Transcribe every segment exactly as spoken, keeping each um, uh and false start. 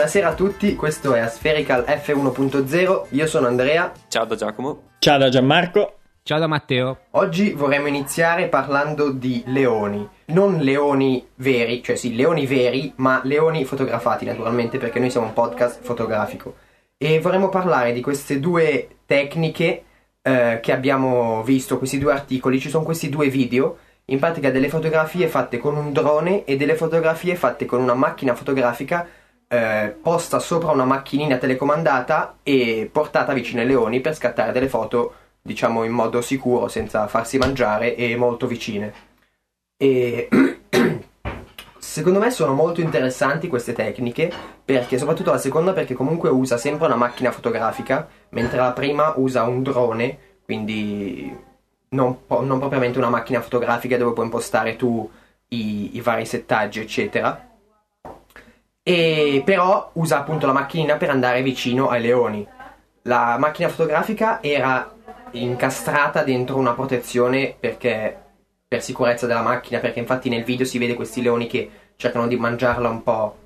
Buonasera a tutti, questo è Aspherical F uno punto zero, io sono Andrea. Ciao da Giacomo. Ciao da Gianmarco. Ciao da Matteo. Oggi vorremmo iniziare parlando di leoni. Non leoni veri, cioè sì, leoni veri, ma leoni fotografati naturalmente, perché noi siamo un podcast fotografico. E vorremmo parlare di queste due tecniche eh, che abbiamo visto, questi due articoli. Ci sono questi due video, in pratica delle fotografie fatte con un drone e delle fotografie fatte con una macchina fotografica eh, posta sopra una macchinina telecomandata e portata vicino ai leoni per scattare delle foto, diciamo, in modo sicuro, senza farsi mangiare e molto vicine. E secondo me sono molto interessanti queste tecniche, perché soprattutto la seconda, perché comunque usa sempre una macchina fotografica, mentre la prima usa un drone, quindi non, non propriamente una macchina fotografica dove puoi impostare tu i, i vari settaggi eccetera, e però usa appunto la macchinina per andare vicino ai leoni. La macchina fotografica era incastrata dentro una protezione perché per sicurezza della macchina, perché infatti nel video si vede questi leoni che cercano di mangiarla un po',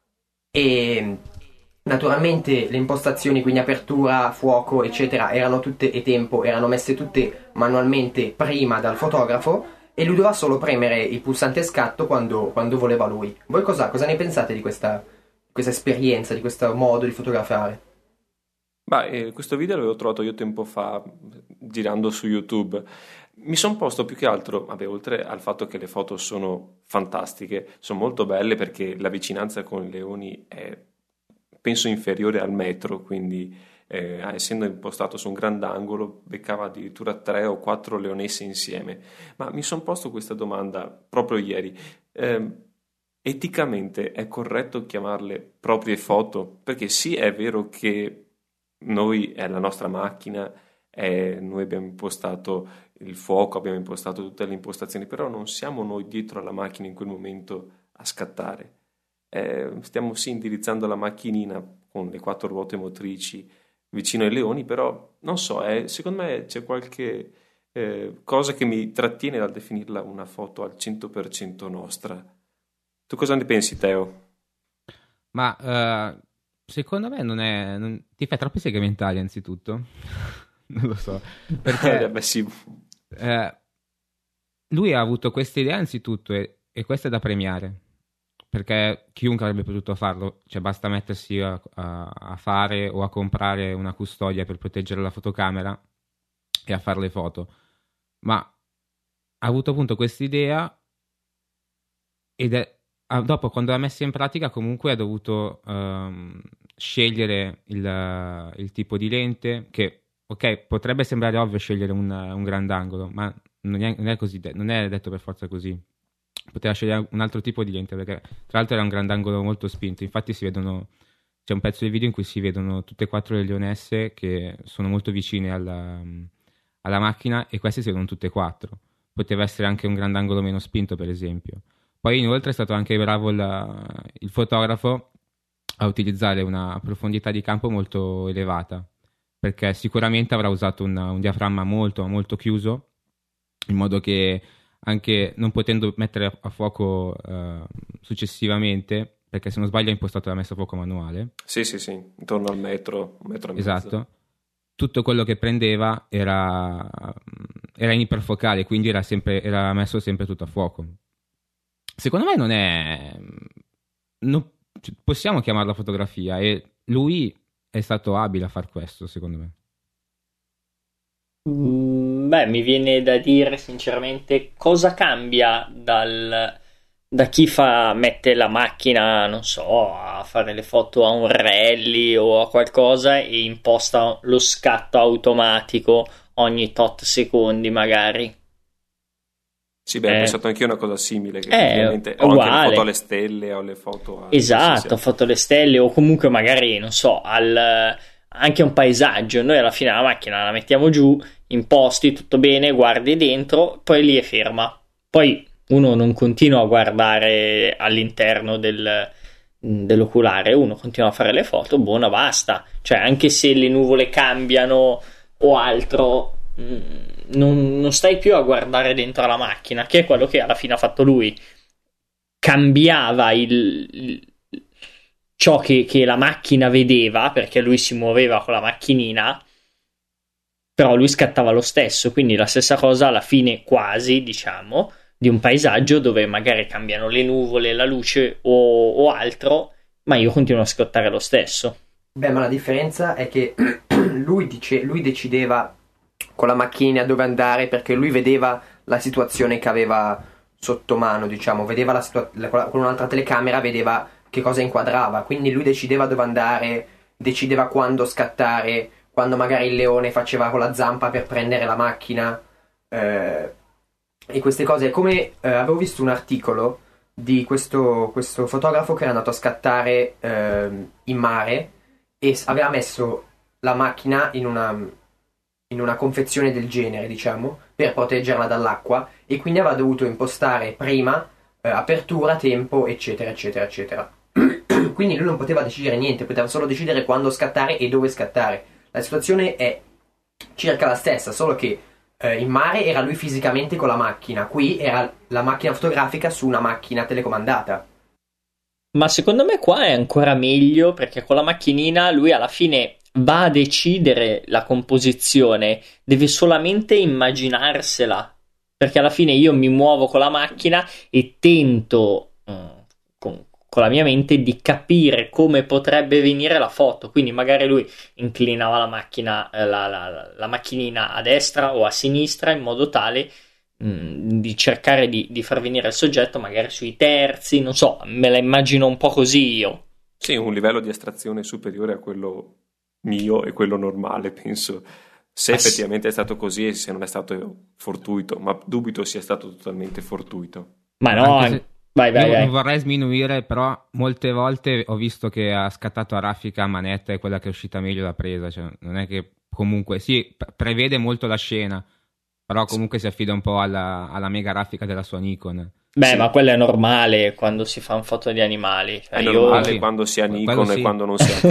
e naturalmente le impostazioni, quindi apertura, fuoco eccetera, erano tutte, e tempo, erano messe tutte manualmente prima dal fotografo, e lui doveva solo premere il pulsante scatto quando, quando voleva lui. Voi cosa, cosa ne pensate di questa, questa esperienza, di questo modo di fotografare? Beh, eh, questo video l'avevo trovato io tempo fa girando su YouTube. Mi sono posto più che altro, vabbè, oltre al fatto che le foto sono fantastiche, sono molto belle perché la vicinanza con i leoni è, penso, inferiore al metro, quindi eh, essendo impostato su un grandangolo beccava addirittura tre o quattro leonesse insieme. Ma mi sono posto questa domanda proprio ieri. Eh, eticamente è corretto chiamarle proprie foto? Perché sì, è vero che noi è la nostra macchina, è, noi abbiamo impostato il fuoco, abbiamo impostato tutte le impostazioni, però non siamo noi dietro alla macchina in quel momento a scattare. Eh, stiamo sì indirizzando la macchinina con le quattro ruote motrici vicino ai leoni, però non so, eh, secondo me c'è qualche eh, cosa che mi trattiene dal definirla una foto al cento per cento nostra. Tu cosa ne pensi, Teo? Ma... Uh... Secondo me non è... Non... Ti fai troppi segmentali, anzitutto. Non lo so. Perché... eh, beh, sì. eh, lui ha avuto questa idea anzitutto e, e questa è da premiare. Perché chiunque avrebbe potuto farlo. Cioè basta mettersi a, a, a fare o a comprare una custodia per proteggere la fotocamera e a fare le foto. Ma ha avuto appunto questa idea ed è... Dopo, quando l'ha messa in pratica, comunque ha dovuto um, scegliere il, il tipo di lente, che, ok, potrebbe sembrare ovvio scegliere un, un grandangolo, ma non è, non è così, de- non è detto per forza così. Poteva scegliere un altro tipo di lente, perché tra l'altro era un grandangolo molto spinto. Infatti si vedono, c'è un pezzo del video in cui si vedono tutte e quattro le leonesse che sono molto vicine alla, alla macchina, e queste si vedono tutte e quattro. Poteva essere anche un grandangolo meno spinto, per esempio. Poi inoltre è stato anche bravo il, il fotografo a utilizzare una profondità di campo molto elevata, perché sicuramente avrà usato un, un diaframma molto molto chiuso, in modo che anche non potendo mettere a, a fuoco uh, successivamente, perché se non sbaglio ha impostato la messa a fuoco manuale. Sì, sì, sì, intorno al metro, un metro e mezzo. Esatto. Tutto quello che prendeva era, era in iperfocale, quindi era, sempre, era messo sempre tutto a fuoco. Secondo me non è... Non, possiamo chiamarla fotografia, e lui è stato abile a far questo, secondo me. Beh, mi viene da dire sinceramente, cosa cambia dal, da chi fa, mette la macchina, non so, a fare le foto a un rally o a qualcosa e imposta lo scatto automatico ogni tot secondi magari. Sì, beh, eh, ho pensato anch'io a una cosa simile, che eh, ovviamente ho anche le foto alle stelle o le foto a... esatto, foto alle stelle, o comunque magari, non so, al, anche un paesaggio. Noi alla fine la macchina la mettiamo giù, imposti, tutto bene, guardi dentro, poi lì è ferma. Poi uno non continua a guardare all'interno del, dell'oculare, uno continua a fare le foto, buona, basta. Cioè, anche se le nuvole cambiano o altro... Non, non stai più a guardare dentro la macchina, che è quello che alla fine ha fatto lui. Cambiava il, il ciò che, che la macchina vedeva, perché lui si muoveva con la macchinina, però lui scattava lo stesso, quindi la stessa cosa alla fine quasi, diciamo, di un paesaggio dove magari cambiano le nuvole, la luce o, o altro, ma io continuo a scattare lo stesso. Beh, ma la differenza è che lui, dice, lui decideva con la macchina dove andare, perché lui vedeva la situazione che aveva sotto mano, diciamo, vedeva la situa- con un'altra telecamera, vedeva che cosa inquadrava, quindi lui decideva dove andare, decideva quando scattare, quando magari il leone faceva con la zampa per prendere la macchina, eh, e queste cose. Come eh, avevo visto un articolo di questo, questo fotografo che era andato a scattare eh, in mare e aveva messo la macchina in una in una confezione del genere, diciamo, per proteggerla dall'acqua, e quindi aveva dovuto impostare prima eh, apertura, tempo, eccetera, eccetera, eccetera. Quindi lui non poteva decidere niente, poteva solo decidere quando scattare e dove scattare. La situazione è circa la stessa, solo che eh, in mare era lui fisicamente con la macchina, qui era la macchina fotografica su una macchina telecomandata. Ma secondo me qua è ancora meglio, perché con la macchinina lui alla fine va a decidere la composizione, deve solamente immaginarsela, perché alla fine io mi muovo con la macchina e tento mh, con, con la mia mente di capire come potrebbe venire la foto, quindi magari lui inclinava la macchina, eh, la, la, la macchinina a destra o a sinistra in modo tale mh, di cercare di, di far venire il soggetto magari sui terzi, non so, me la immagino un po' così io. Sì, un livello di astrazione superiore a quello mio e quello normale, penso, se Ah, effettivamente è stato così e se non è stato fortuito, ma dubito sia stato totalmente fortuito. Ma no, Anche se- an- vai vai Io vai. non vorrei sminuire, però molte volte ho visto che ha scattato a raffica a manetta e quella che è uscita meglio l'ha presa. Cioè, non è che comunque sì, pre- prevede molto la scena, però comunque si affida un po' alla, alla mega raffica della sua Nikon. Beh, Sì. ma quello è normale quando si fa un foto di animali. Cioè, È io- normale Sì. quando si ha Quello Nikon sì. e quando non si ha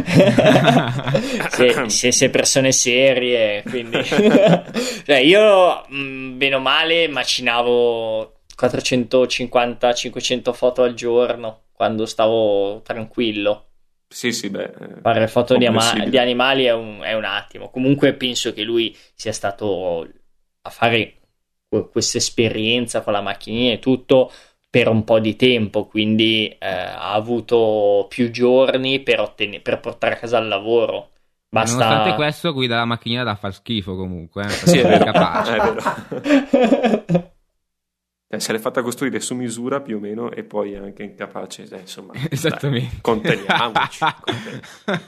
Canon. se, se, se persone serie, quindi cioè io mh, bene o male macinavo quattrocentocinquanta cinquecento foto al giorno quando stavo tranquillo. Sì, sì, beh, eh, Fare foto di, ama- comprensibile. di animali è un, è un attimo. Comunque penso che lui sia stato a fare que- questa esperienza con la macchinina e tutto per un po' di tempo, quindi eh, ha avuto più giorni per, ottene- per portare a casa il lavoro. Basta... Nonostante questo, guida la macchinina da far schifo comunque. Eh, Sì, è perché vero, capace. è vero. Eh, se l'è fatta costruire su misura più o meno e poi è anche incapace, eh, insomma, dai, Esattamente. conteniamoci, conteniamoci.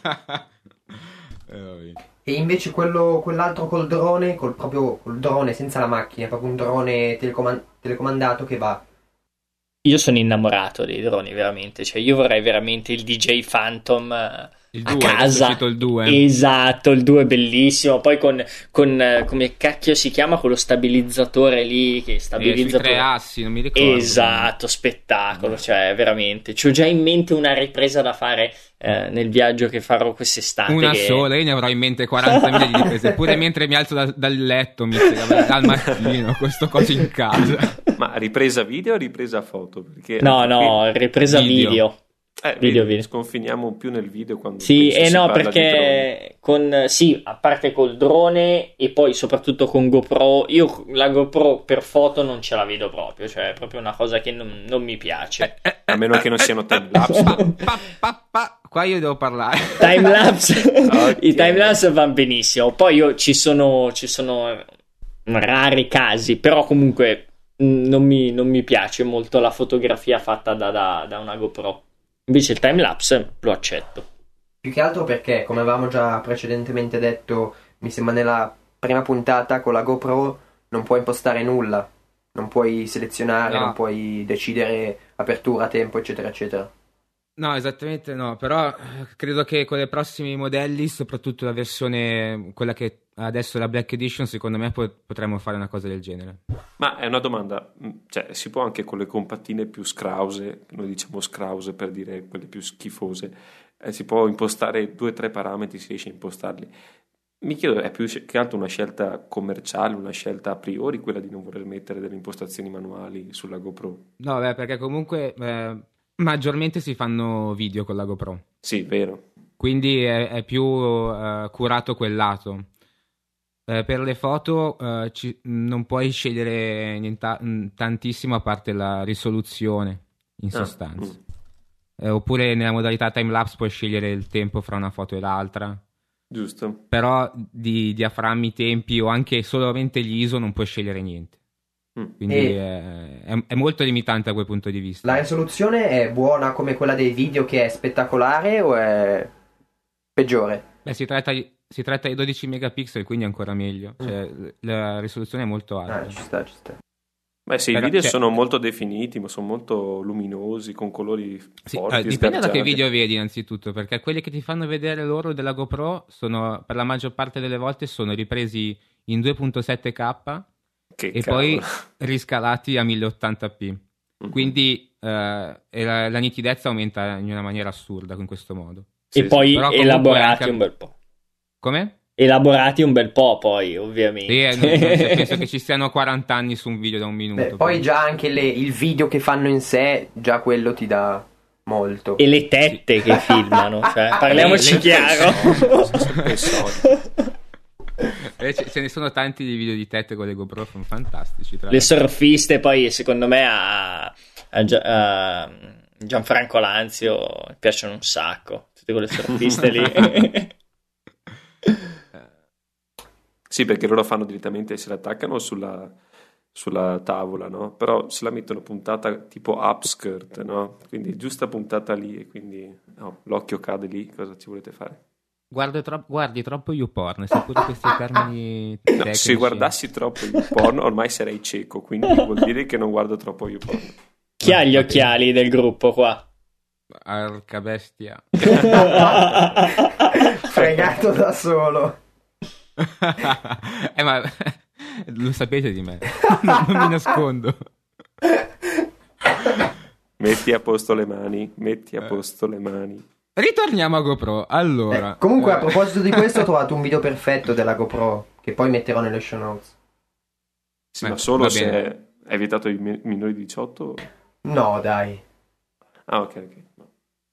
Eh, vabbè. E invece quello, quell'altro col drone, col proprio col drone senza la macchina, proprio un drone telecoman- telecomandato che va. Io sono innamorato dei droni, veramente. Cioè, io vorrei veramente il D J Phantom eh, Il a due, adesso è casa. uscito il due. Esatto, il due è bellissimo. Poi con, con eh, come cacchio si chiama quello stabilizzatore lì? Che Eh, sui stabilizzatore. tre assi, non mi ricordo. Esatto, spettacolo. Cioè, veramente. C'ho già in mente una ripresa da fare eh, nel viaggio che farò quest'estate. Una che... sola, io ne avrò in mente quarantamila di riprese. Pure mentre mi alzo da- dal letto, mi al mattino, questo coso in casa. Ma ripresa video o ripresa foto? Perché No, anche no, ripresa Video. video. qui- eh, video, vedi, video. sconfiniamo più nel video quando Sì, penso e si no, parla di droni. perché con sì, a parte col drone e poi soprattutto con GoPro, io la GoPro per foto non ce la vedo proprio, cioè è proprio una cosa che non, non mi piace. a meno che non siano timelapse. Pa, pa, pa, pa. Qua io devo parlare. Timelapse, Ok. i timelapse vanno benissimo. Poi io ci sono, ci sono rari casi, però comunque mh, non mi, non mi piace molto la fotografia fatta da, da, da una GoPro. Invece il timelapse lo accetto. Più che altro perché, come avevamo già precedentemente detto, mi sembra nella prima puntata, con la GoPro non puoi impostare nulla, non puoi selezionare, No. non puoi decidere apertura, tempo, eccetera, eccetera. No, esattamente no, però eh, credo che con i prossimi modelli, soprattutto la versione, quella che adesso è la Black Edition, secondo me po- potremmo fare una cosa del genere. Ma è una domanda, mh, cioè si può anche con le compattine più scrause, noi diciamo scrause per dire quelle più schifose, eh, si può impostare due o tre parametri, si riesce a impostarli. Mi chiedo, è più che altro una scelta commerciale, una scelta a priori, quella di non voler mettere delle impostazioni manuali sulla GoPro? No, beh, perché comunque eh, maggiormente si fanno video con la GoPro. Sì, vero. Quindi è, è più uh, curato quel lato. Uh, per le foto uh, ci, non puoi scegliere nienta, tantissimo a parte la risoluzione, in Ah, sostanza. mm. Eh, oppure nella modalità timelapse puoi scegliere il tempo fra una foto e l'altra. Giusto. Però di diaframmi, tempi o anche solamente gli I S O non puoi scegliere niente. Mm. Quindi E- è, è- è molto limitante da quel punto di vista. La risoluzione è buona come quella dei video, che è spettacolare, o è peggiore? Beh, si tratta, di- si tratta di dodici megapixel, quindi ancora meglio. Cioè, la risoluzione è molto alta. Ah, ci sta, ci sta. Beh sì, Però, i video cioè- sono molto definiti, ma sono molto luminosi, con colori Sì, forti, eh, dipende da che sgargiati. video vedi innanzitutto, perché quelli che ti fanno vedere loro della GoPro sono, per la maggior parte delle volte, sono ripresi in due virgola sette K Che e cavolo. poi riscalati a mille ottanta p. Mhm. Quindi eh, e la, la nitidezza aumenta in una maniera assurda in questo modo. Sì, e sì. poi Però comunque elaborati anche- un bel po'. Come? Elaborati un bel po', poi, ovviamente. Sì, eh, non- non- cioè, penso che ci stiano quaranta anni su un video da un minuto. Beh, poi già anche le- il video che fanno in sé, già quello ti dà molto. E le tette che filmano, cioè, parliamoci Le- le- chiaro. Sempre solito. Eh, ce, ce ne sono tanti di video di tette con le GoPro, sono fantastici. Tra Le l'altro. surfiste, poi, secondo me, a, a Gia- a Gianfranco Lanzio piacciono un sacco. Tutte quelle surfiste lì. Sì, perché loro fanno direttamente, se la attaccano sulla, sulla tavola, no? Però se la mettono puntata tipo upskirt, no? Quindi giusta puntata lì e quindi no, l'occhio cade lì, cosa ci volete fare? Guardo tro- guardi troppo YouPorn, seppure questi termini No, tecnici. se guardassi troppo YouPorn ormai sarei cieco, quindi vuol dire che non guardo troppo YouPorn. Chi ha gli occhiali del gruppo qua? Arca bestia. Fregato da solo. eh, ma lo sapete di me, non, non mi nascondo. Metti a posto le mani, metti a posto le mani. Ritorniamo a GoPro. Allora, Eh, comunque, eh, a proposito di questo, ho trovato un video perfetto della GoPro, che poi metterò nelle show notes. Sì, Eh, ma solo va se bene. è vietato ai mi- minori di diciotto? No, dai. Ah, ok, ok. No.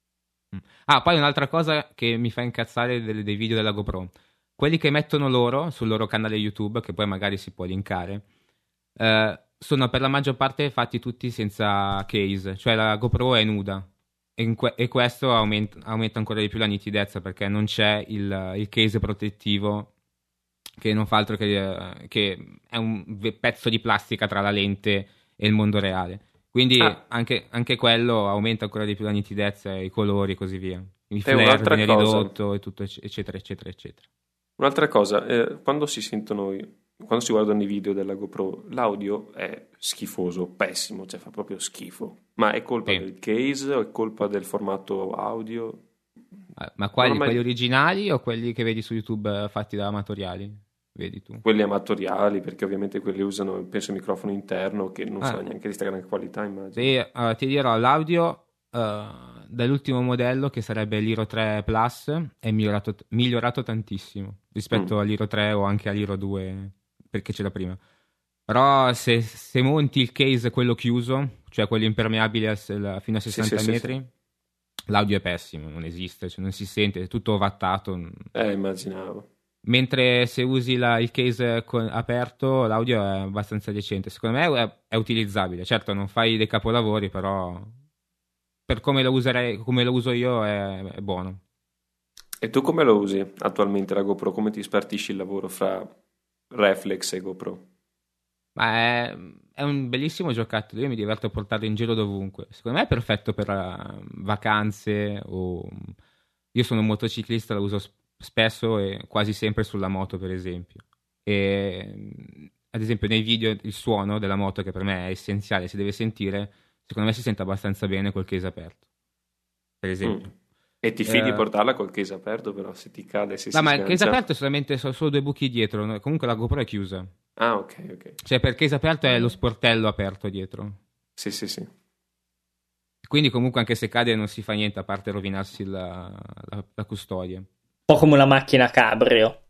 Ah, poi un'altra cosa che mi fa incazzare delle- dei video della GoPro. Quelli che mettono loro sul loro canale YouTube, che poi magari si può linkare, eh, sono per la maggior parte fatti tutti senza case, cioè la GoPro è nuda. E, in que- e questo aumenta, aumenta ancora di più la nitidezza, perché non c'è il, il case protettivo, che non fa altro che, eh, che è un ve- pezzo di plastica tra la lente e il mondo reale. Quindi Ah. anche, anche quello aumenta ancora di più la nitidezza, i colori e così via. Il E flare un'altra viene cosa. ridotto e tutto, ecc- eccetera, eccetera, eccetera. Un'altra cosa, eh, quando si sentono, quando si guardano i video della GoPro, l'audio è schifoso, pessimo, cioè fa proprio schifo. Ma è colpa Sì. del case o è colpa del formato audio? Ah, Ma quali? Non ho mai- Quelli originali o quelli che vedi su YouTube eh, fatti da amatoriali? Vedi tu. Quelli amatoriali, perché ovviamente quelli usano, penso, il microfono interno, che non Ah. sarà neanche di sta gran qualità, immagino. Sì, eh, ti dirò, l'audio eh, dall'ultimo modello, che sarebbe l'Hero tre Plus, è migliorato, migliorato tantissimo rispetto Mm. all'Hero tre o anche all'Hero due, perché c'era prima. Però se, se monti il case quello chiuso, cioè quello impermeabile al- al- fino a Sì, sessanta sì, sì, metri, l'audio è pessimo, non esiste, cioè non si sente, è tutto ovattato. Eh, immaginavo. Mentre se usi la- il case con- aperto, l'audio è abbastanza decente. Secondo me è, è utilizzabile. Certo, non fai dei capolavori, però per come lo userei, come lo uso io, è, è buono. E tu come lo usi attualmente la GoPro? Come ti spartisci il lavoro fra Reflex e GoPro? Ma è, è un bellissimo giocattolo. Io mi diverto a portarlo in giro dovunque. Secondo me è perfetto per eh, vacanze o... Io sono un motociclista, lo uso sp- spesso e quasi sempre sulla moto, per esempio. E ad esempio nei video il suono della moto, che per me è essenziale, si deve sentire, secondo me si sente abbastanza bene col case aperto, per esempio. Mm. E ti fidi Eh, portarla col case aperto, però se ti cade, se No, si ma il case sgancia- aperto è solamente so- solo due buchi dietro, no? Comunque la GoPro è chiusa. Ah, ok, ok. Cioè per case aperto è lo sportello aperto dietro. Sì, sì, sì. Quindi comunque anche se cade non si fa niente a parte rovinarsi la, la- la custodia. Un po' come una macchina cabrio.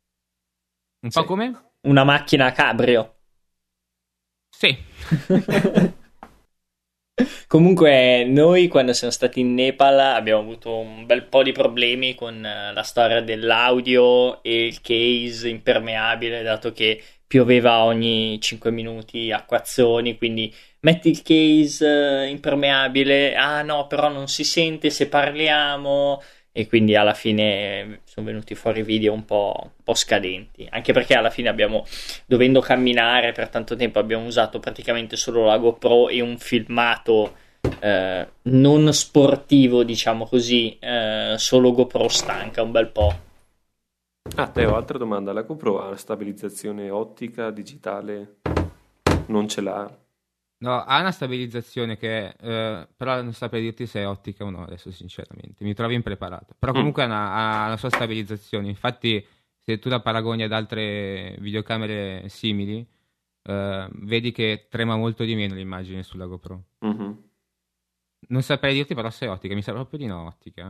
Un Sì. po' come? Una macchina cabrio. Sì. Comunque, noi quando siamo stati in Nepal abbiamo avuto un bel po' di problemi con eh, la storia dell'audio e il case impermeabile, dato che pioveva ogni cinque minuti, acquazzoni, quindi metti il case eh, impermeabile, ah no, però non si sente se parliamo, e quindi alla fine eh, sono venuti fuori video un po', un po' scadenti, anche perché alla fine abbiamo, dovendo camminare per tanto tempo, abbiamo usato praticamente solo la GoPro e un filmato eh, non sportivo, diciamo così, eh, solo GoPro stanca un bel po'. Ah, Teo, altra domanda. La GoPro ha una stabilizzazione ottica, digitale? Non ce l'ha? No, ha una stabilizzazione che eh, però non saprei dirti se è ottica o no adesso sinceramente, mi trovo impreparato, però comunque ha, una, ha la sua stabilizzazione, infatti se tu la paragoni ad altre videocamere simili eh, vedi che trema molto di meno l'immagine sulla GoPro. Mm-hmm. Non saprei dirti però se è ottica, mi sa proprio di no ottica.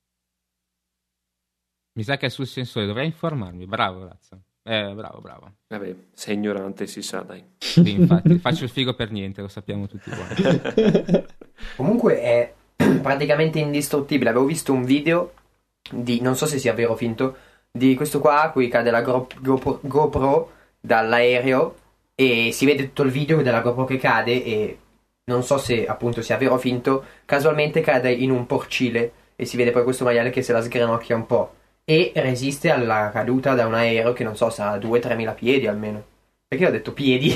Mi sa che è sul sensore, dovrei informarmi, bravo Razza. Eh, bravo, bravo. Vabbè, sei ignorante, si sa, dai. Sì, infatti, faccio il figo per niente, lo sappiamo tutti quanti. Comunque è praticamente indistruttibile. Avevo visto un video di, non so se sia vero o finto, di questo qua a cui cade la Gro- GoPro, GoPro dall'aereo e si vede tutto il video della GoPro che cade e non so se appunto sia vero o finto, casualmente cade in un porcile e si vede poi questo maiale che se la sgranocchia un po' e resiste alla caduta da un aereo che non so, sarà due tre mila piedi almeno. Perché ho detto piedi?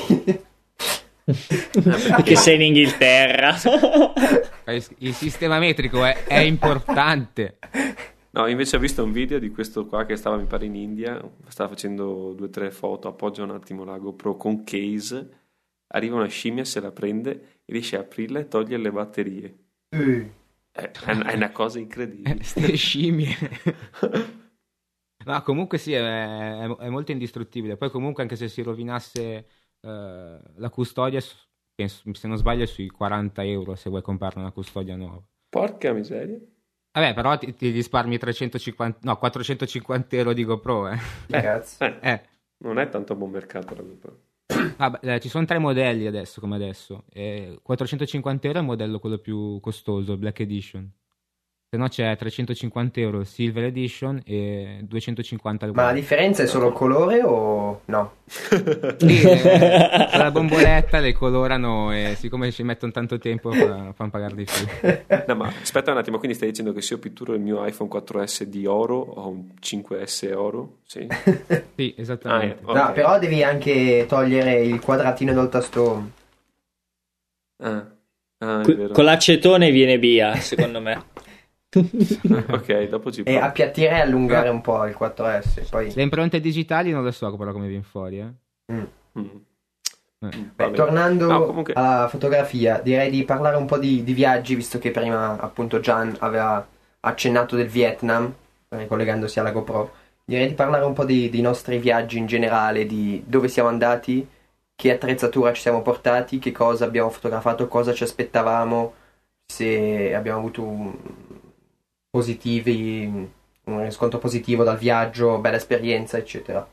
Perché sei in Inghilterra. Il sistema metrico è, è importante. No, invece ho visto un video di questo qua che stava, mi pare, in India, stava facendo due o tre foto, appoggia un attimo la GoPro con case, arriva una scimmia, se la prende e riesce a aprirla e togliere le batterie. Mm. È, è una cosa incredibile. Ste scimmie. No, comunque sì, è, è, è molto indistruttibile. Poi comunque anche se si rovinasse eh, la custodia, penso, se non sbaglio, è sui quaranta euro se vuoi comprare una custodia nuova. Porca miseria. Vabbè, però ti, ti risparmi trecentocinquanta, no, quattrocentocinquanta euro di GoPro, eh. Che cazzo? Eh, eh. Non è tanto buon mercato la GoPro. Ah, beh, ci sono tre modelli adesso, come adesso. E quattrocentocinquanta euro è il modello quello più costoso, il Black Edition. Se no c'è trecentocinquanta euro il Silver Edition e duecentocinquanta il Ma la White. differenza è solo il colore o no? Sì, eh, la bomboletta le colorano e siccome ci mettono tanto tempo fa- fanno pagare di più. No, ma aspetta un attimo, quindi stai dicendo che se io pitturo il mio iPhone quattro esse di oro ho un cinque esse oro? Sì. Sì, esattamente. Ah, eh, ok. No, però devi anche togliere il quadratino del tasto. Ah, ah, è Co- vero. Con l'acetone viene via, secondo me. Ok, dopo ci E provo. appiattire e allungare un po' il quattro esse. Poi. Le impronte digitali non lo so però come viene fuori, eh. Mm. Mm. Eh. Mm, Beh, vabbè. tornando No, comunque- alla fotografia, direi di parlare un po' di, di viaggi, visto che prima appunto Gian aveva accennato del Vietnam, ricollegandosi alla GoPro. Direi di parlare un po' di- dei nostri viaggi in generale, di dove siamo andati, che attrezzatura ci siamo portati, che cosa abbiamo fotografato, cosa ci aspettavamo, se abbiamo avuto un, positivi, un riscontro positivo dal viaggio, bella esperienza, eccetera.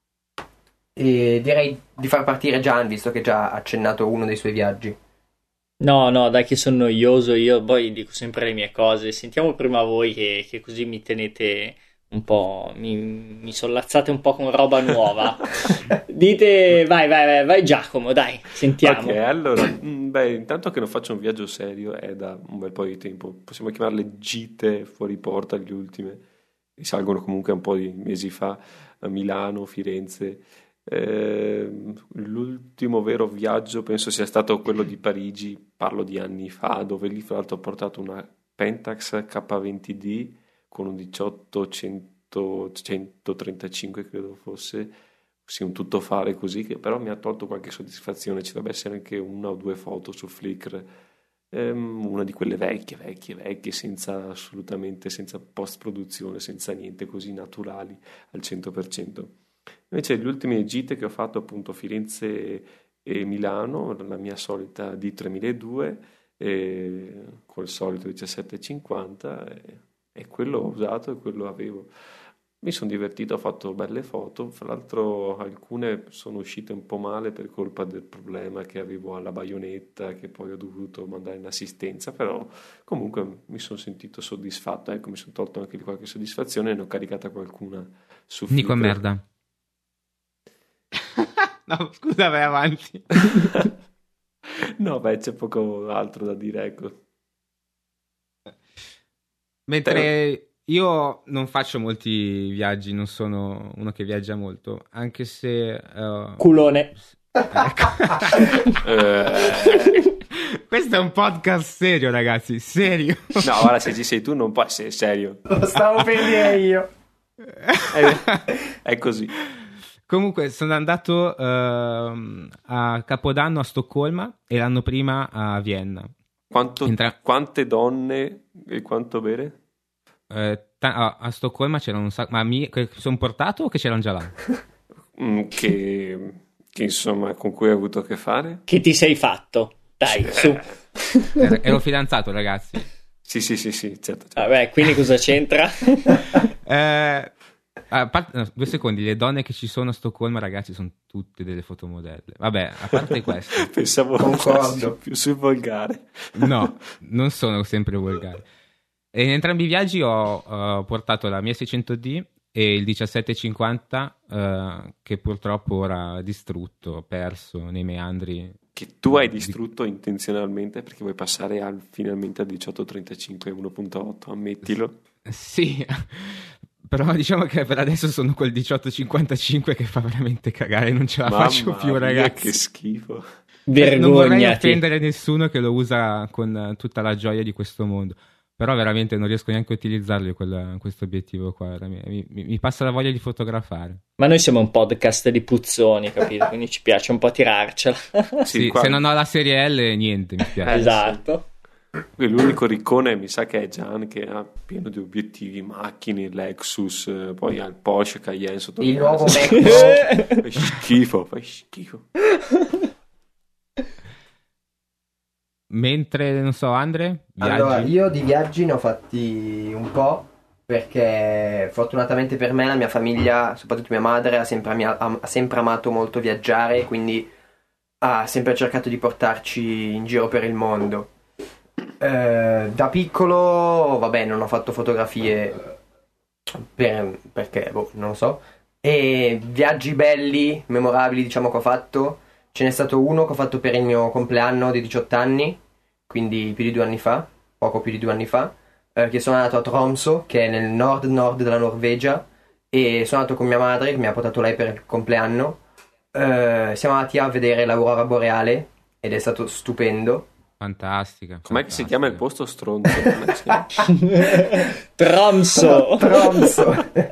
E direi di far partire Gian, visto che già ha accennato uno dei suoi viaggi. No, no, dai che sono noioso, io poi dico sempre le mie cose. Sentiamo prima voi che, che così mi tenete un po', mi, mi sollazzate un po' con roba nuova. Dite, vai, vai, vai, vai Giacomo, dai, sentiamo. Ok, allora, mm, beh, intanto che non faccio un viaggio serio è da un bel po' di tempo, possiamo chiamarle gite fuori porta, le ultime, risalgono comunque un po' di mesi fa, a Milano, Firenze. Eh, l'ultimo vero viaggio penso sia stato quello di Parigi, parlo di anni fa, dove lì fra l'altro ho portato una Pentax K venti D con un diciotto centotrentacinque credo fosse, sì, un tuttofare così, che però mi ha tolto qualche soddisfazione. Ci dovrebbe essere anche una o due foto su Flickr, ehm, una di quelle vecchie, vecchie, vecchie, senza assolutamente, senza post-produzione, senza niente, così naturali al cento per cento. Invece le ultime gite che ho fatto appunto Firenze e Milano, la mia solita D tremila due eh, col solito diciassette cinquanta e, e quello ho usato e quello avevo. mi sono divertito, ho fatto belle foto, fra l'altro alcune sono uscite un po' male per colpa del problema che avevo alla baionetta, che poi ho dovuto mandare in assistenza, però comunque mi sono sentito soddisfatto, ecco, mi sono tolto anche di qualche soddisfazione e ne ho caricata qualcuna su Nico Flickr. merda. No, scusa, vai avanti. No, beh, c'è poco altro da dire, ecco. Mentre io non faccio molti viaggi, non sono uno che viaggia molto, anche se... Uh... Culone. Ecco. Eh, Questo è un podcast serio, ragazzi, serio. no, ora se ci sei tu non puoi essere serio. Lo stavo per dire io. È, è così. Comunque sono andato uh, a Capodanno a Stoccolma e l'anno prima a Vienna. Quanto, Entra- Quante donne e quanto bere? Eh, ta- ah, a Stoccolma c'erano un sacco, ma mi sono portato o che c'erano già là? Mm, che, che insomma con cui hai avuto a che fare? Che ti sei fatto? Dai, su. Ero, ero fidanzato, ragazzi. Sì, sì, sì, sì, certo. certo. Vabbè, quindi cosa c'entra? Eh, a parte, no, due secondi, le donne che ci sono a Stoccolma, ragazzi, sono tutte delle fotomodelle. Vabbè, a parte questo, Pensavo Concordo. fossi più sul volgare. no, non sono sempre volgari. E in entrambi i viaggi ho, ho portato la mia seicento D e il diciassette cinquanta eh, che purtroppo ora distrutto, perso nei meandri. Che tu hai distrutto intenzionalmente perché vuoi passare al, finalmente al diciotto trentacinque uno punto otto, ammettilo. Sì, però diciamo che per adesso sono col diciotto cinquantacinque che fa veramente cagare, non ce la Mamma faccio più, mia, ragazzi. che schifo. Non vorrei Vergognati. offendere nessuno che lo usa con tutta la gioia di questo mondo, però veramente non riesco neanche a utilizzarlo quel, questo obiettivo qua. Mi, mi, mi passa la voglia di fotografare. Ma noi siamo un podcast di puzzoni, capito? Quindi ci piace un po' tirarcela. Sì, Sì, qua- se non ho la serie L, niente, mi spiace. Eh, Esatto. L'unico riccone mi sa che è Gian, che ha pieno di obiettivi, macchine, Lexus, eh, poi ha il Porsche Cayenne sotto Il casa. nuovo Mac Pro. Fai schifo, fai schifo. Mentre, non so, Andre, viaggi? Allora, io di viaggi ne ho fatti un po', perché fortunatamente per me la mia famiglia, soprattutto mia madre, ha sempre, ami- ha sempre amato molto viaggiare, quindi ha sempre cercato di portarci in giro per il mondo. Eh, da piccolo, vabbè, non ho fatto fotografie per- perché, boh, non lo so. E viaggi belli, memorabili, diciamo, che ho fatto. Ce n'è stato uno che ho fatto per il mio compleanno di diciotto anni, quindi più di due anni fa, poco più di due anni fa, eh, che sono andato a Tromsø, che è nel nord-nord della Norvegia, e sono andato con mia madre, che mi ha portato lei per il compleanno. Eh, siamo andati a vedere l'aurora boreale, ed è stato stupendo. Fantastica. Com'è che si fantastica. chiama il posto stronzo? Com'è che si chiama? Tramso. Tromsø.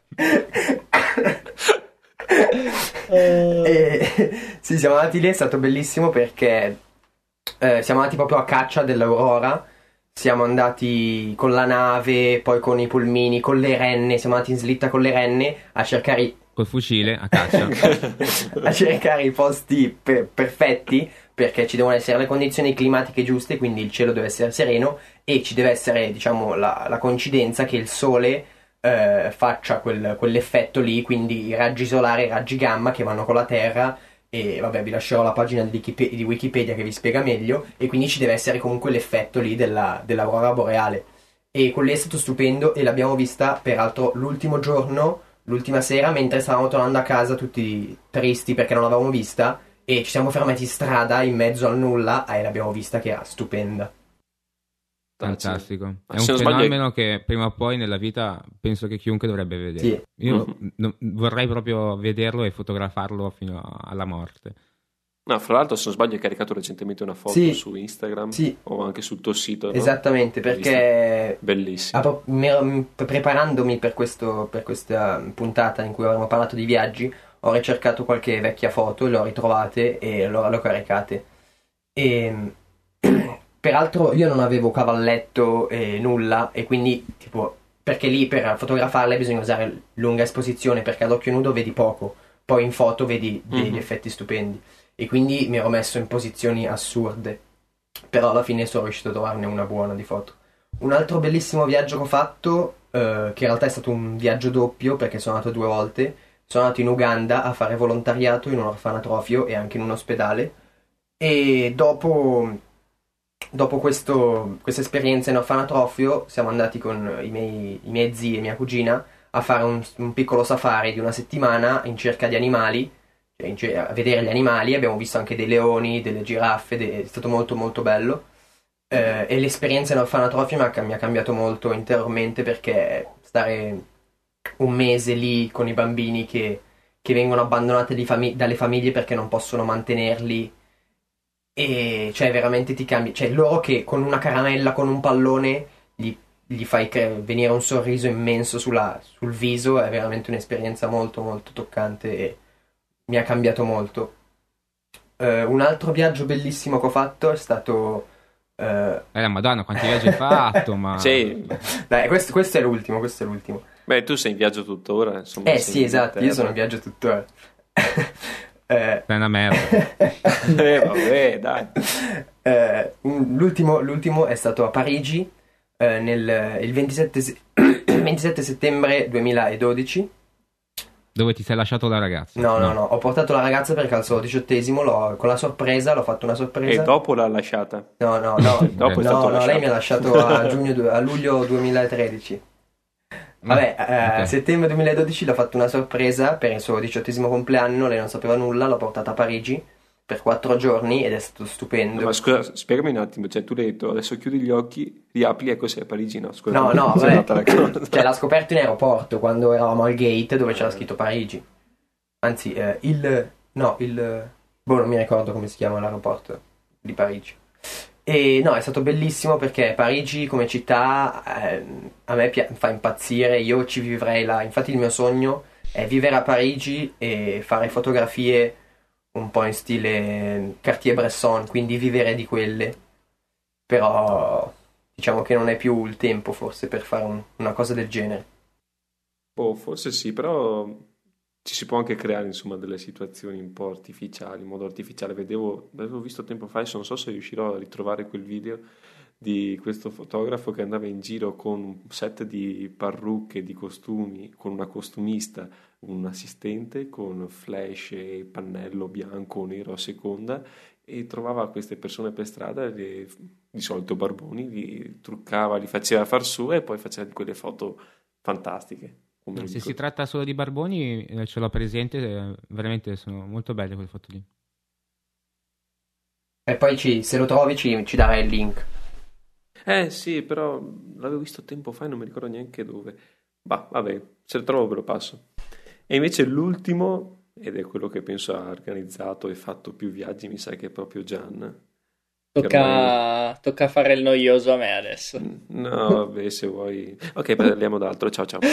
E, sì, siamo andati lì, è stato bellissimo perché eh, siamo andati proprio a caccia dell'aurora. Siamo andati con la nave, poi con i pulmini, con le renne. Siamo andati in slitta con le renne a cercare i, Col fucile a caccia. a cercare i posti per- perfetti, perché ci devono essere le condizioni climatiche giuste, quindi il cielo deve essere sereno e ci deve essere, diciamo, la, la coincidenza che il sole eh, faccia quel- quell'effetto lì, quindi i raggi solari, i raggi gamma che vanno con la Terra. E vabbè, vi lascerò la pagina di, Wikipe- di Wikipedia che vi spiega meglio, e quindi ci deve essere comunque l'effetto lì della, dell'aurora boreale. E quello lì è stato stupendo e l'abbiamo vista peraltro l'ultimo giorno, l'ultima sera, mentre stavamo tornando a casa tutti tristi perché non l'avevamo vista, e ci siamo fermati in strada in mezzo al nulla e l'abbiamo vista, che era stupenda. Fantastico. Ma È un se non sbaglio- fenomeno che prima o poi nella vita penso che chiunque dovrebbe vedere. Sì. Io Mhm. no- vorrei proprio vederlo e fotografarlo fino alla morte. No, fra l'altro, se non sbaglio, hai caricato recentemente una foto Sì. su Instagram Sì. o anche sul tuo sito, no? Esattamente, Ho perché Bellissimo. Ah, pro- mi ero- m- preparandomi per, questo, per questa puntata in cui avremo parlato di viaggi, ho ricercato qualche vecchia foto, le ho ritrovate e allora le ho caricate. E peraltro io non avevo cavalletto e nulla, e quindi tipo, perché lì per fotografarle bisogna usare lunga esposizione, perché ad occhio nudo vedi poco, poi in foto vedi degli Mhm. effetti stupendi, e quindi mi ero messo in posizioni assurde, però alla fine sono riuscito a trovarne una buona di foto. Un altro bellissimo viaggio che ho fatto, eh, che in realtà è stato un viaggio doppio perché sono andato due volte. Sono andato in Uganda a fare volontariato in un orfanatrofio e anche in un ospedale, e dopo, dopo questo, questa esperienza in orfanatrofio siamo andati con i miei, i miei zii e mia cugina a fare un, un piccolo safari di una settimana in cerca di animali, cioè in cer- a vedere gli animali. Abbiamo visto anche dei leoni, delle giraffe, de- è stato molto molto bello. Eh, e l'esperienza in orfanatrofio mi ha, mi ha cambiato molto interiormente, perché stare un mese lì con i bambini che, che vengono abbandonati di fami- dalle famiglie perché non possono mantenerli, e cioè veramente ti cambi, cioè loro che con una caramella, con un pallone gli, gli fai cre- venire un sorriso immenso sulla- sul viso, è veramente un'esperienza molto molto toccante e mi ha cambiato molto. Eh, un altro viaggio bellissimo che ho fatto è stato eh... eh Madonna, quanti viaggi hai fatto, ma Sì. Dai, questo, questo è l'ultimo, questo è l'ultimo. Beh, tu sei in viaggio tuttora, insomma. Eh sei sì, in esatto, io sono in Inghilterra. viaggio tuttora. eh, sei una merda. Eh, vabbè, dai. eh, l'ultimo, l'ultimo è stato a Parigi eh, nel, il ventisette, se- il ventisette settembre duemiladodici. Dove ti sei lasciato la ragazza? No, no, no, ho portato la ragazza perché al suo diciottesimo l'ho, con la sorpresa, l'ho fatto una E sorpresa. dopo l'ha lasciata. No, no, no, Dopo è no, stato no, lei lasciato. mi ha lasciato a giugno, du- a luglio duemilatredici. Vabbè, eh, a ok. settembre duemiladodici l'ho fatto una sorpresa per il suo diciottesimo compleanno, lei non sapeva nulla, l'ho portata a Parigi per quattro giorni ed è stato stupendo. Ma scusa, spiegami un attimo, cioè tu l'hai detto, adesso chiudi gli occhi, riapli, ecco sei a Parigi, no? Scusa, No, no, come è andata la vabbè, cosa? cioè l'ha scoperto in aeroporto quando eravamo al gate dove c'era scritto Parigi. Anzi, eh, il... no, il... boh, non mi ricordo come si chiama l'aeroporto di Parigi. E no, è stato bellissimo perché Parigi come città eh, a me pi- fa impazzire, io ci vivrei là. Infatti il mio sogno è vivere a Parigi e fare fotografie un po' in stile Cartier-Bresson, quindi vivere di quelle. Però diciamo che non è più il tempo forse per fare un- una cosa del genere. Boh, forse sì, però ci si può anche creare insomma delle situazioni un po' artificiali, in modo artificiale. Vedevo, avevo visto tempo fa, adesso non so se riuscirò a ritrovare quel video di questo fotografo che andava in giro con un set di parrucche, di costumi, con una costumista, un assistente, con flash e pannello bianco o nero a seconda, e trovava queste persone per strada, le- di solito barboni, li truccava, li faceva far su e poi faceva di quelle foto fantastiche. come Se dico. si tratta solo di barboni, eh, ce l'ho presente, eh, veramente sono molto belle quelle foto lì. E poi ci- se lo trovi ci, ci darai il link. Eh sì, però l'avevo visto tempo fa e non mi ricordo neanche dove. Bah, vabbè, se lo trovo ve lo passo. E invece l'ultimo, ed è quello che penso ha organizzato e fatto più viaggi, mi sa che è proprio Gian. Che ormai- Tocca, tocca fare il noioso a me adesso. No, vabbè, se vuoi... Ok, parliamo d'altro, ciao ciao.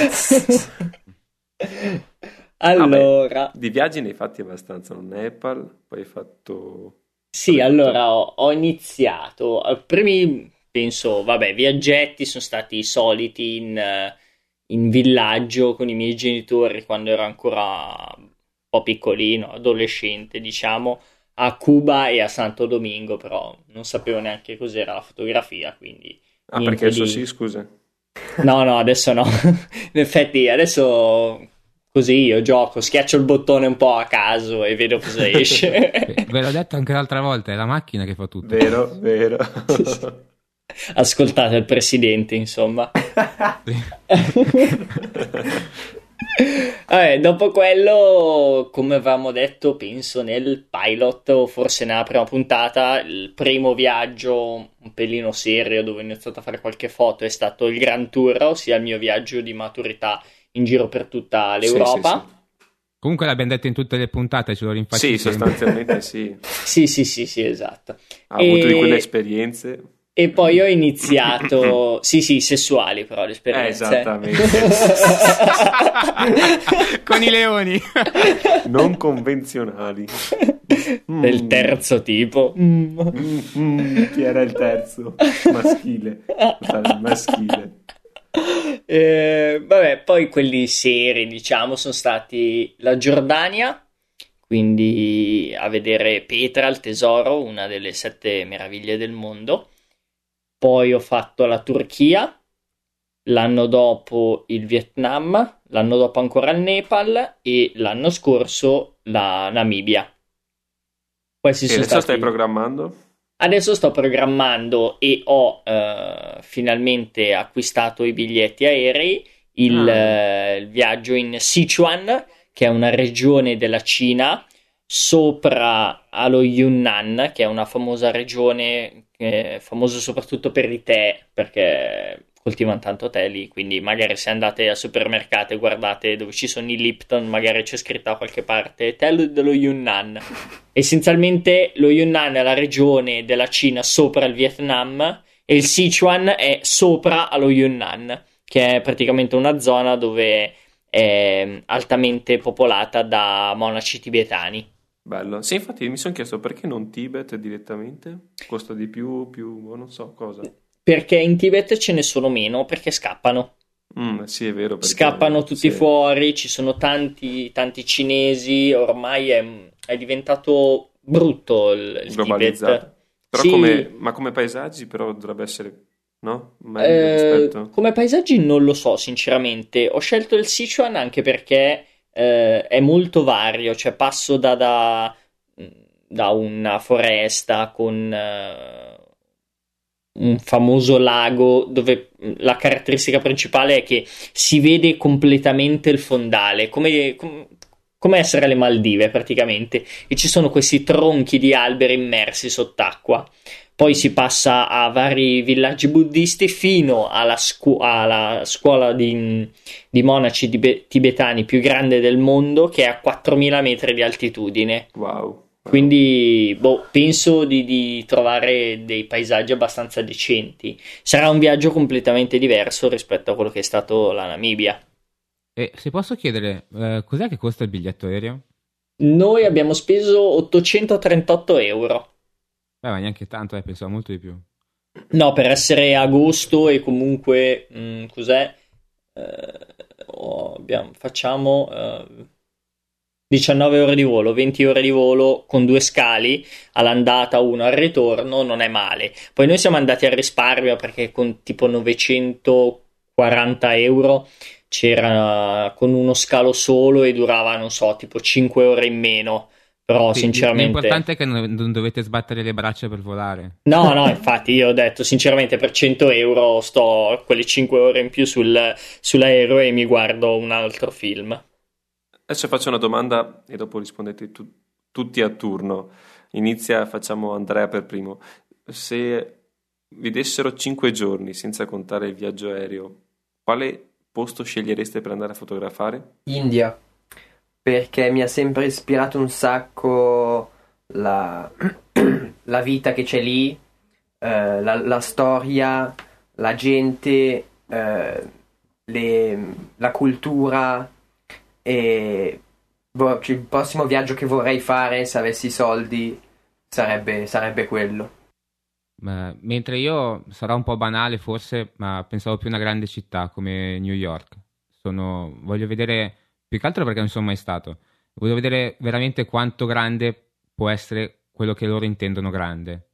Allora, Di viaggi ne hai fatti abbastanza, non Nepal, poi hai fatto... sì, hai fatto- allora ho, ho iniziato. Al primi, penso, vabbè, viaggetti sono stati i soliti in, eh, in villaggio con i miei genitori quando ero ancora un po' piccolino, adolescente, diciamo, a Cuba e a Santo Domingo, però non sapevo neanche cos'era la fotografia, quindi Ah, niente perché adesso di- sì, scusa. No, no, adesso no. In effetti, adesso così io gioco, schiaccio il bottone un po' a caso e vedo cosa esce. Eh, Ve l'ho detto anche l'altra volta, è la macchina che fa tutto. Vero, vero. Ascoltate il presidente, insomma. Vabbè, dopo quello, come avevamo detto, penso nel pilot o forse nella prima puntata, il primo viaggio un pelino serio dove ho iniziato a fare qualche foto è stato il Grand Tour, ossia il mio viaggio di maturità in giro per tutta l'Europa. Sì, Comunque l'abbiamo detto in tutte le puntate, ce lo rinfaccio sì, sì, sempre. sostanzialmente sì. Sì, sì, sì, sì, esatto. Ha avuto di E- quelle esperienze. E poi ho iniziato, sì, sì, sessuali però le Eh, esperienze. esattamente. Con i leoni. Non convenzionali. Del terzo tipo. Mm. Mm, mm, chi era il terzo? Maschile. Il maschile. Eh, vabbè, poi quelli seri, diciamo, sono stati la Giordania, quindi a vedere Petra, il tesoro, una delle sette meraviglie del mondo. Poi ho fatto la Turchia, l'anno dopo il Vietnam, l'anno dopo ancora il Nepal e l'anno scorso la Namibia. Questi E sono adesso stati... stai programmando? Adesso sto programmando e ho eh, finalmente acquistato i biglietti aerei, il, Ah, eh, il viaggio in Sichuan, che è una regione della Cina, sopra allo Yunnan, che è una famosa regione, eh, famosa soprattutto per i tè, perché coltivano tanto tè lì, quindi magari se andate al supermercato e guardate dove ci sono i Lipton, magari c'è scritto da qualche parte tè dello Yunnan. Essenzialmente lo Yunnan è la regione della Cina sopra il Vietnam e il Sichuan è sopra allo Yunnan, che è praticamente una zona dove è altamente popolata da monaci tibetani. bello. Sì, infatti mi sono chiesto perché non Tibet direttamente? Costa di più, più, non so cosa. Perché in Tibet ce ne sono meno, perché scappano. Mm, sì, è vero, Scappano perché tutti sì, fuori, ci sono tanti, tanti cinesi, ormai è, è diventato brutto il, il Tibet. globalizzato. Però Sì, come, ma come paesaggi però dovrebbe essere, no? Meglio eh, rispetto... come paesaggi non lo so, sinceramente. Ho scelto il Sichuan anche perché eh, è molto vario, cioè passo da, da, da una foresta con eh, un famoso lago dove la caratteristica principale è che si vede completamente il fondale, come, com- come essere alle Maldive praticamente, e ci sono questi tronchi di alberi immersi sott'acqua. Poi si passa a vari villaggi buddisti fino alla, scu- alla scuola di, di monaci tibe- tibetani più grande del mondo, che è a quattromila metri di altitudine. Wow, wow. Quindi, boh, penso di, di trovare dei paesaggi abbastanza decenti. Sarà un viaggio completamente diverso rispetto a quello che è stato la Namibia. E se posso chiedere, eh, cos'è che costa il biglietto aereo? Noi abbiamo speso ottocentotrentotto euro. Beh, ma neanche tanto, eh, pensavo molto di più. No, per essere agosto e comunque, mh, cos'è? Eh, oh, abbiamo- facciamo eh, diciannove ore di volo, venti ore di volo con due scali, all'andata uno al ritorno, non è male. Poi noi siamo andati al risparmio perché con tipo novecentoquaranta euro c'era con uno scalo solo e durava, non so, tipo cinque ore in meno. Però Sì, l- sinceramente... l'importante è che non, non dovete sbattere le braccia per volare. No, no, infatti io ho detto sinceramente per cento euro sto quelle cinque ore in più sul, sull'aereo e mi guardo un altro film. Adesso faccio una domanda e dopo rispondete tu- tutti a turno. Inizia, facciamo Andrea per primo. Se vi dessero cinque giorni senza contare il viaggio aereo, quale posto scegliereste per andare a fotografare? India, perché mi ha sempre ispirato un sacco la, la vita che c'è lì, eh, la, la storia, la gente, eh, le- la cultura e boh, cioè, il prossimo viaggio che vorrei fare se avessi i soldi sarebbe, sarebbe quello. Ma- mentre io sarò un po' banale forse, ma pensavo più a una grande città come New York. Sono, voglio vedere, più che altro perché non sono mai stato, voglio vedere veramente quanto grande può essere quello che loro intendono grande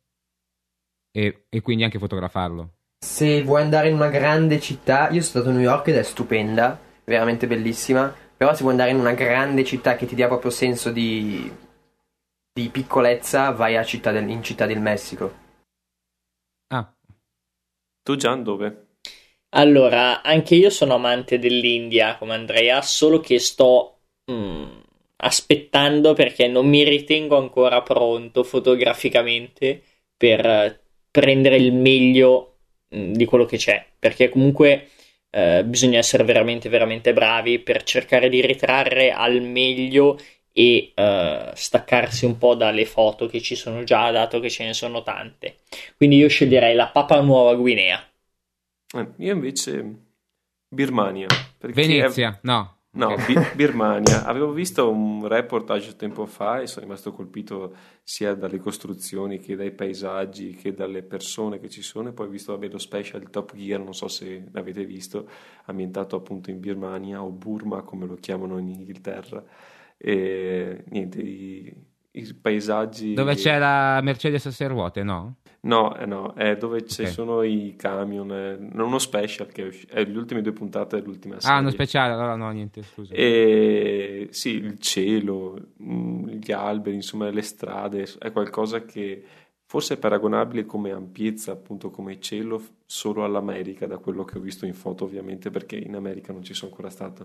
e, e quindi anche fotografarlo. Se vuoi andare in una grande città, io sono stato a New York ed è stupenda, veramente bellissima, però se vuoi andare in una grande città che ti dia proprio senso di, di piccolezza, vai a città del- in Città del Messico. Ah, Tu Gian dove? Allora, anche io sono amante dell'India come Andrea, solo che sto mm, aspettando perché non mi ritengo ancora pronto fotograficamente per eh, prendere il meglio mm, di quello che c'è, perché comunque eh, bisogna essere veramente, veramente bravi per cercare di ritrarre al meglio e eh, staccarsi un po' dalle foto che ci sono già, dato che ce ne sono tante. Quindi io sceglierei la Papua Nuova Guinea. Eh, io invece Birmania, perché è- Venezia, no. no, Ok. Bi- Birmania. Avevo visto un reportage tempo fa e sono rimasto colpito sia dalle costruzioni che dai paesaggi che dalle persone che ci sono. E poi ho visto, vabbè, lo special Top Gear, non so se l'avete visto, ambientato appunto in Birmania o Burma, come lo chiamano in Inghilterra. E niente, i- i paesaggi. Dove c'è la Mercedes a sei ruote, no? No, eh no, è dove ci Ok. sono i camion, è non uno special che è, usci- è le ultime due puntate dell'ultima serie. Ah, uno speciale, allora no, niente, scusa. E sì, il cielo, mh, gli alberi, insomma, le strade, è qualcosa che forse è paragonabile come ampiezza, appunto come cielo, f- solo all'America, da quello che ho visto in foto, ovviamente, perché in America non ci sono ancora stato.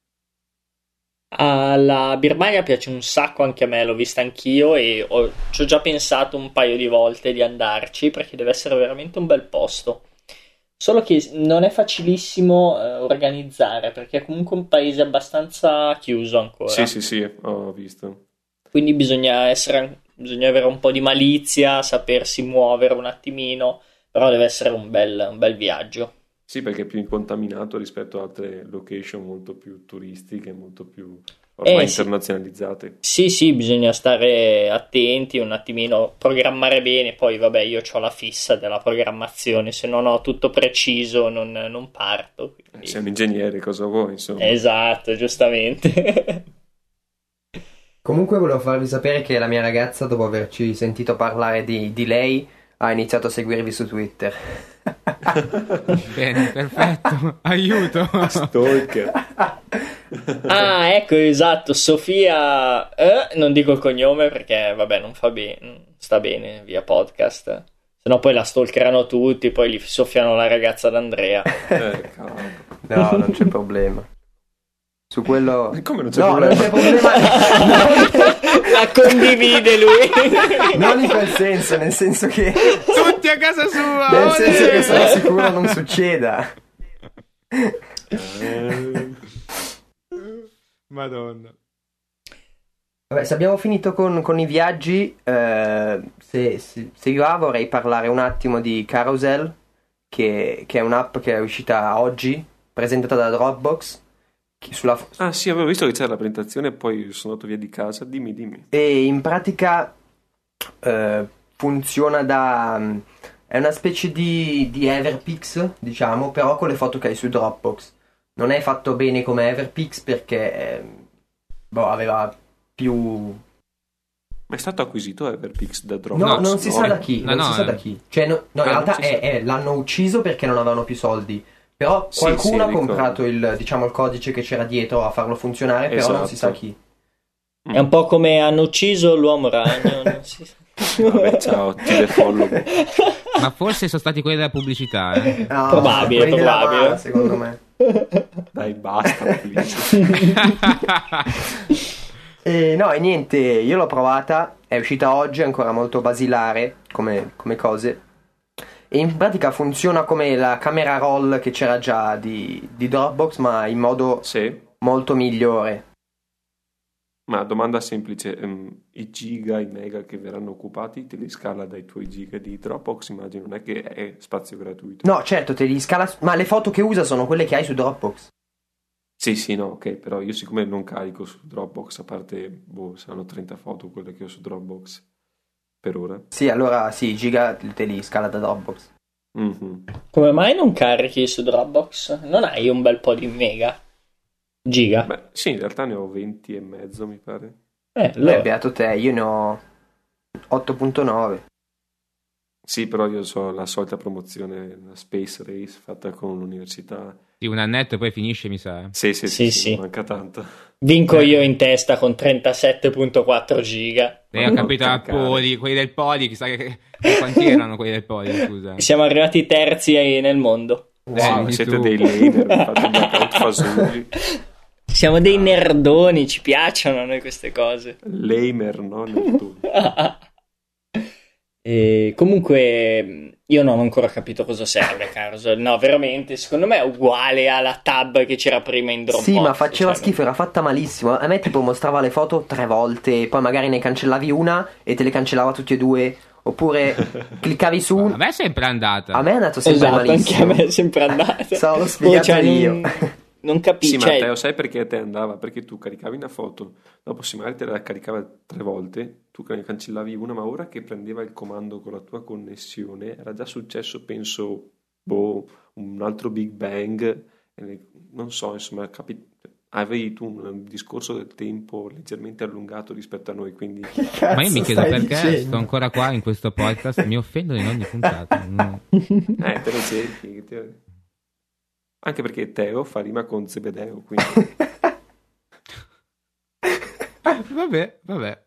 Alla Birmania piace un sacco anche a me, l'ho vista anch'io e ho, ci ho già pensato un paio di volte di andarci perché deve essere veramente un bel posto. Solo che non è facilissimo eh, organizzare perché è comunque un paese abbastanza chiuso ancora. Sì, sì, sì, ho visto. Quindi bisogna essere, bisogna avere un po' di malizia, sapersi muovere un attimino, però deve essere un bel, un bel viaggio. Sì, perché è più incontaminato rispetto a altre location molto più turistiche, molto più ormai Eh, sì. internazionalizzate. Sì, sì, bisogna stare attenti un attimino, programmare bene, poi vabbè io ho la fissa della programmazione, se non ho tutto preciso non, non parto. quindi- Sei un ingegnere, cosa vuoi, insomma? Esatto, giustamente. Comunque volevo farvi sapere che la mia ragazza, dopo averci sentito parlare di, di lei, ha iniziato a seguirvi su Twitter. Bene, perfetto, aiuto. Stalker. Ah, ecco, esatto, Sofia, eh, non dico il cognome perché vabbè non fa bene, non sta bene via podcast, sennò poi la stalkerano tutti, poi gli soffiano la ragazza d'Andrea. Eh, cavolo. No, non c'è problema. Su quello... Come non c'è no, problema? non c'è problema. La condivide lui. Non in quel senso, nel senso che... Tutti a casa sua. Nel olè! senso che sono sicuro non succeda. Eh, Madonna. Vabbè, se abbiamo finito con, con i viaggi, eh, se, se, se vi va vorrei parlare un attimo di Carousel, che, che è un'app che è uscita oggi, presentata da Dropbox, che sulla, Ah sì, avevo visto che c'era la presentazione e poi sono andato via di casa. Dimmi, dimmi. e in pratica eh, funziona da... è una specie di, di Everpix, diciamo, però con le foto che hai su Dropbox. Non è fatto bene come Everpix perché eh, boh, aveva più... Ma è stato acquisito Everpix da No, Dropbox? non si sa da chi, No, non si no, sa eh. da chi. Cioè, no, no, in Ah, realtà non si è, sa. è- l'hanno ucciso perché non avevano più soldi. Però Sì, qualcuno sì, ha ricordo. comprato il, diciamo, il codice che c'era dietro a farlo funzionare, però non si sa Esatto. chi. È un po' come hanno ucciso l'uomo ragno, non si sa. Vabbè, ciao, ti defollow. Ma forse sono stati quelli della pubblicità, eh? No, Probabile, quelli della probabile. mano, secondo me. Dai, basta, please. E no, e niente, io l'ho provata, è uscita oggi, è ancora molto basilare come, come cose. E in pratica funziona come la camera roll che c'era già di, di Dropbox, ma in modo Sì, molto migliore. ma domanda semplice, ehm, i giga, i mega che verranno occupati, te li scala dai tuoi giga di Dropbox, immagino, non è che è spazio gratuito. No, certo, te li scala, ma le foto che usa sono quelle che hai su Dropbox. Sì, sì, no, ok, però io siccome non carico su Dropbox, a parte, boh, saranno trenta foto quelle che ho su Dropbox per ora. Sì, allora sì, i giga te li scala da Dropbox. Mhm. Come mai non carichi su Dropbox? Non hai un bel po' di mega? Giga? Beh, sì, in realtà ne ho venti e mezzo, mi pare. Eh, Beh, allora. beato te, io ne ho otto virgola nove. Sì, però io so la solita promozione, la Space Race fatta con l'università. Sì, un annetto e poi finisce, mi sa. Sì, sì, Sì, sì, sì, sì. non manca tanto. Vinco io in testa con trentasette virgola quattro giga. Lei ha Ma capito non al cagare. poli, quelli del poli, chissà che, che quanti erano quelli del poli, scusa. Siamo arrivati terzi ai- nel mondo. Wow. Sì, dimmi siete tu. dei lamer, mi fate gli account fasulli. Siamo dei nerdoni, ci piacciono a noi queste cose. Lamer, no? Nel tu. E comunque io non ho ancora capito cosa serve Carousel. No, veramente, secondo me è uguale alla tab che c'era prima in Dropbox. Sì, ma faceva cioè, schifo, era fatta malissimo. A me tipo mostrava le foto tre volte, poi magari ne cancellavi una e te le cancellava tutte e due. Oppure cliccavi su un... A me è sempre andata. A me è andato sempre Esatto, anche malissimo. a me è sempre andata. Sarò l'ho spiegato Oh, cioè, io. Non, non capisco. Sì, cioè, Matteo, sai perché a te andava? Perché tu caricavi una foto, dopo se magari te la caricava tre volte, tu ne cancellavi una, ma ora che prendeva il comando con la tua connessione, era già successo, penso, boh, un altro Big Bang, e ne- non so, insomma, capi- avevi tu un discorso del tempo leggermente allungato rispetto a noi, quindi... Ma io mi chiedo perché dicendo? sto ancora qua in questo podcast, mi offendono in ogni puntata. No. Eh, te lo cerchi. Te... Anche perché Teo fa rima con Zebedeo, quindi... Vabbè, vabbè.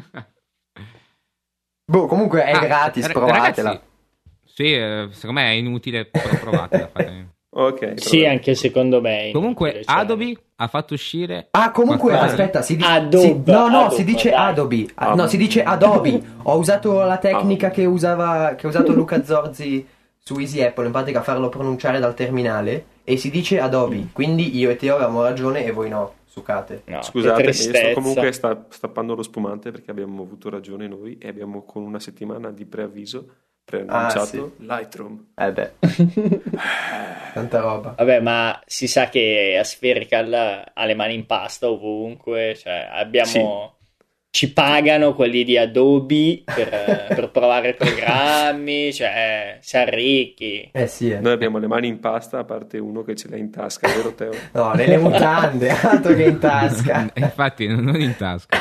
Boh, comunque è Ah, gratis, ra- provatela. ragazzi, sì, eh, secondo me è inutile, però provatela. fate. Ok. Sì, però- anche secondo me. è Comunque inutile, cioè- Adobe ha fatto uscire... Ah, comunque, qualcosa di- aspetta, si dice Adobe, si- no, no, Adobe, si dice dai. Adobe. Ah, no, Adobe. si dice Adobe. Ho usato la tecnica Adobe. che usava che ha usato Luca Zorzi su Easy Apple, in pratica farlo pronunciare dal terminale e si dice Adobe. Quindi io e Teo avevamo ragione e voi no, sucate. No, Scusate, che io sto tristezza. comunque sta, stappando lo spumante perché abbiamo avuto ragione noi e abbiamo con una settimana di preavviso preannunciato Ah, sì. Lightroom. Eh beh, tanta roba. Vabbè, ma si sa che Aspherical ha le mani in pasta ovunque, cioè abbiamo... Ci pagano quelli di Adobe per, per provare programmi, cioè siamo ricchi. Eh sì, eh. Noi abbiamo le mani in pasta, a parte uno che ce l'ha in tasca, vero Teo? No, nelle mutande, altro che in tasca. Infatti, non in tasca.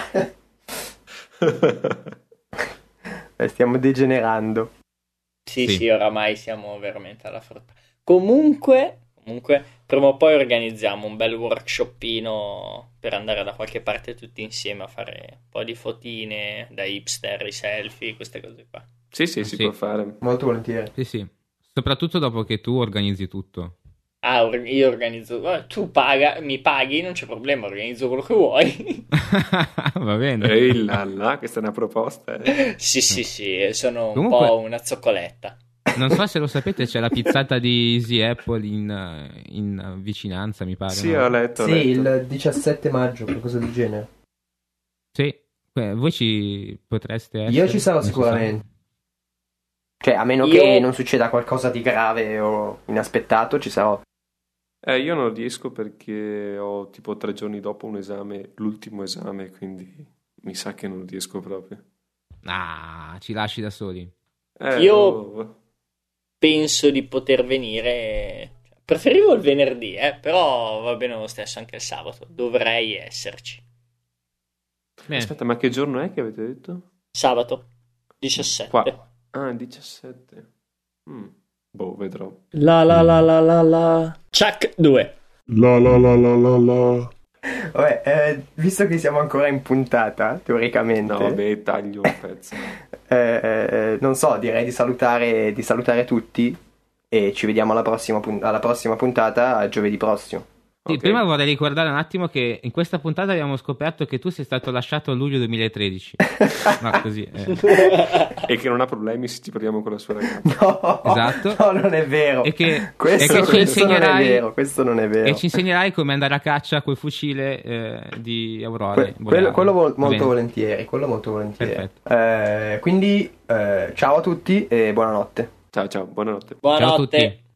Eh, stiamo degenerando. Sì, Sì. sì, oramai siamo veramente alla frutta. Comunque, comunque, prima o poi organizziamo un bel workshopino per andare da qualche parte tutti insieme a fare un po' di fotine da hipster, i selfie, queste cose qua. Sì, sì, si Sì. può fare. Molto volentieri. Sì, sì. Soprattutto dopo che tu organizzi tutto. Ah, or- io organizzo, eh, tu paga, mi paghi, non c'è problema, organizzo quello che vuoi. Va bene. Ehi là là, questa è una proposta. eh. Sì, sì, sì, sono un Comunque- po' una zoccoletta. Non so se lo sapete, c'è la pizzata di Easy Apple in, eh, in vicinanza, mi pare. Sì, no? ho letto. ho Sì, letto. il diciassette maggio, qualcosa del genere. Sì. Eh, voi ci potreste essere? Io ci sarò Non si sa. sicuramente. Cioè, a meno Io- che non succeda qualcosa di grave o inaspettato, ci sarò. Eh, io non riesco perché ho tipo tre giorni dopo un esame, l'ultimo esame, quindi mi sa che non riesco proprio. Ah, ci lasci da soli. Eh, Io- oh, Penso di poter venire, preferivo il venerdì, eh, però va bene lo stesso anche il sabato, dovrei esserci. Bene. Aspetta, ma che giorno è che avete detto? Sabato diciassette. Qua. Ah, diciassette. Mm. Boh, vedrò. La la la la la la. Chuck due. La la la la la la. Vabbè, eh, visto che siamo ancora in puntata, teoricamente, No, vabbè, taglio un pezzo. eh, eh, non so, direi di salutare, di salutare tutti e ci vediamo alla prossima, pun- alla prossima puntata, giovedì prossimo. Sì, Ok. prima vorrei ricordare un attimo che in questa puntata abbiamo scoperto che tu sei stato lasciato a luglio duemilatredici. No, così. eh. E che non ha problemi se ci proviamo con la sua ragazza. No, Esatto. no, non è vero. E che- questo, e che ci questo non è insegnerai- vero, questo non è vero. E ci insegnerai come andare a caccia col fucile eh, di Aurora. Que- quello, boreale. quello vol- Va molto bene. volentieri, quello molto volentieri. Perfetto. Eh, quindi, eh, ciao a tutti e buonanotte. Ciao, ciao, buonanotte. Buonanotte. Ciao a tutti.